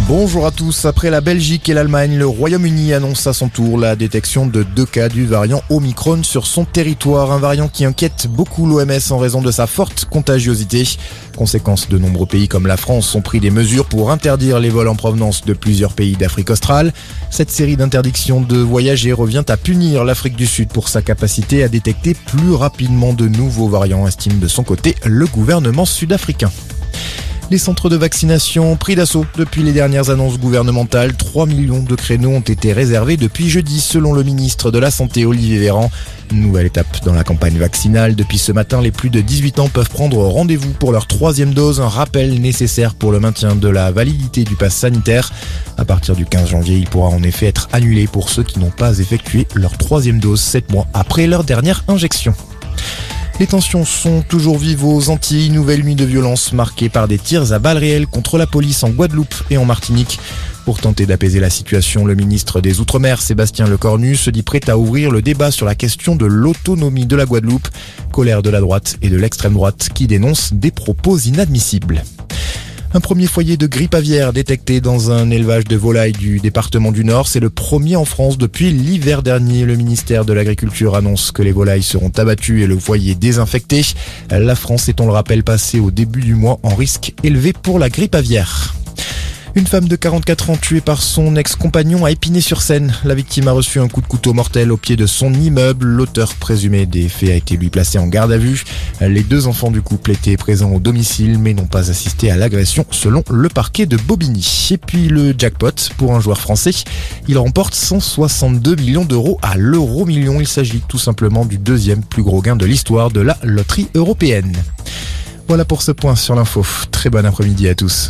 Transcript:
Bonjour à tous. Après la Belgique et l'Allemagne, le Royaume-Uni annonce à son tour la détection de 2 cas du variant Omicron sur son territoire. Un variant qui inquiète beaucoup l'OMS en raison de sa forte contagiosité. Conséquence, de nombreux pays comme la France ont pris des mesures pour interdire les vols en provenance de plusieurs pays d'Afrique australe. Cette série d'interdictions de voyager revient à punir l'Afrique du Sud pour sa capacité à détecter plus rapidement de nouveaux variants, estime de son côté le gouvernement sud-africain. Les centres de vaccination pris d'assaut depuis les dernières annonces gouvernementales. 3 millions de créneaux ont été réservés depuis jeudi, selon le ministre de la Santé Olivier Véran. Nouvelle étape dans la campagne vaccinale. Depuis ce matin, les plus de 18 ans peuvent prendre rendez-vous pour leur 3e dose. Un rappel nécessaire pour le maintien de la validité du pass sanitaire. À partir du 15 janvier, il pourra en effet être annulé pour ceux qui n'ont pas effectué leur 3e dose 7 mois après leur dernière injection. Les tensions sont toujours vives aux Antilles. Nouvelle nuit de violence marquée par des tirs à balles réelles contre la police en Guadeloupe et en Martinique. Pour tenter d'apaiser la situation, le ministre des Outre-mer, Sébastien Lecornu, se dit prêt à ouvrir le débat sur la question de l'autonomie de la Guadeloupe. Colère de la droite et de l'extrême droite qui dénoncent des propos inadmissibles. Un premier foyer de grippe aviaire détecté dans un élevage de volailles du département du Nord. C'est le premier en France depuis l'hiver dernier. Le ministère de l'Agriculture annonce que les volailles seront abattues et le foyer désinfecté. La France est, on le rappelle, passée au début du mois en risque élevé pour la grippe aviaire. Une femme de 44 ans tuée par son ex-compagnon à Épinay-sur-Seine. La victime a reçu un coup de couteau mortel au pied de son immeuble. L'auteur présumé des faits a été lui placé en garde à vue. Les 2 enfants du couple étaient présents au domicile mais n'ont pas assisté à l'agression selon le parquet de Bobigny. Et puis le jackpot pour un joueur français. Il remporte 162 millions d'euros à l'euro-million. Il s'agit tout simplement du 2e plus gros gain de l'histoire de la loterie européenne. Voilà pour ce point sur l'info. Très bon après-midi à tous.